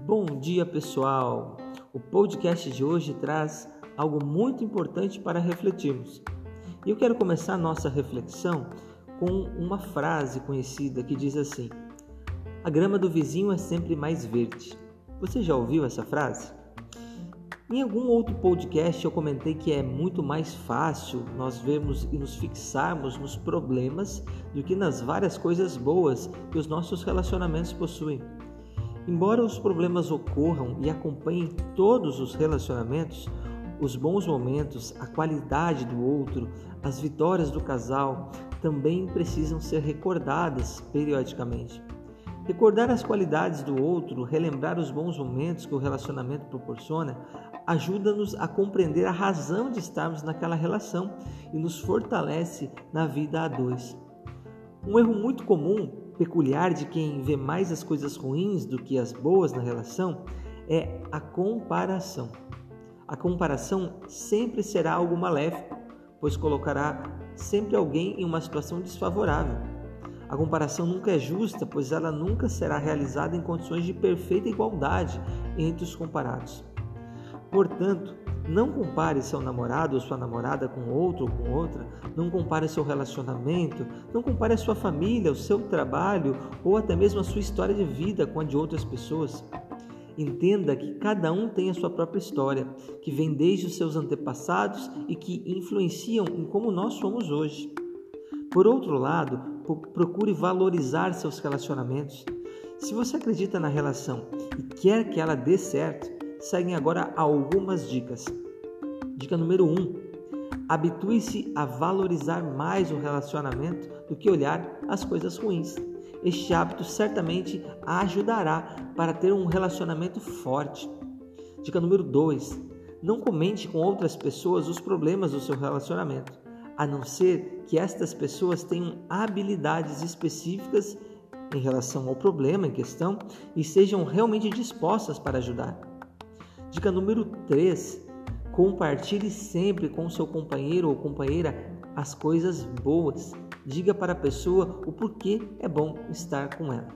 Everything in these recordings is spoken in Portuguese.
Bom dia, pessoal! O podcast de hoje traz algo muito importante para refletirmos. E eu quero começar a nossa reflexão com uma frase conhecida que diz assim: a grama do vizinho é sempre mais verde. Você já ouviu essa frase? Em algum outro podcast eu comentei que é muito mais fácil nós vermos e nos fixarmos nos problemas do que nas várias coisas boas que os nossos relacionamentos possuem. Embora os problemas ocorram e acompanhem todos os relacionamentos, os bons momentos, a qualidade do outro, as vitórias do casal também precisam ser recordadas periodicamente. Recordar as qualidades do outro, relembrar os bons momentos que o relacionamento proporciona, ajuda-nos a compreender a razão de estarmos naquela relação e nos fortalece na vida a dois. Um erro muito comum, peculiar de quem vê mais as coisas ruins do que as boas na relação, é a comparação. A comparação sempre será algo maléfico, pois colocará sempre alguém em uma situação desfavorável. A comparação nunca é justa, pois ela nunca será realizada em condições de perfeita igualdade entre os comparados. Portanto, não compare seu namorado ou sua namorada com outro ou com outra, não compare seu relacionamento, não compare a sua família, o seu trabalho ou até mesmo a sua história de vida com a de outras pessoas. Entenda que cada um tem a sua própria história, que vem desde os seus antepassados e que influenciam em como nós somos hoje. Por outro lado, procure valorizar seus relacionamentos. Se você acredita na relação e quer que ela dê certo, seguem agora algumas dicas. Dica número 1. Habitue-se a valorizar mais o relacionamento do que olhar as coisas ruins. Este hábito certamente a ajudará para ter um relacionamento forte. Dica número 2. Não comente com outras pessoas os problemas do seu relacionamento, a não ser que estas pessoas tenham habilidades específicas em relação ao problema em questão e sejam realmente dispostas para ajudar. Dica número 3. Compartilhe sempre com seu companheiro ou companheira as coisas boas. Diga para a pessoa o porquê é bom estar com ela.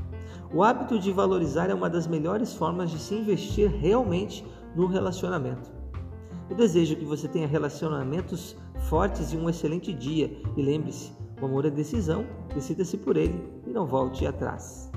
O hábito de valorizar é uma das melhores formas de se investir realmente no relacionamento. Eu desejo que você tenha relacionamentos fortes e um excelente dia. E lembre-se, o amor é decisão, decida-se por ele e não volte atrás.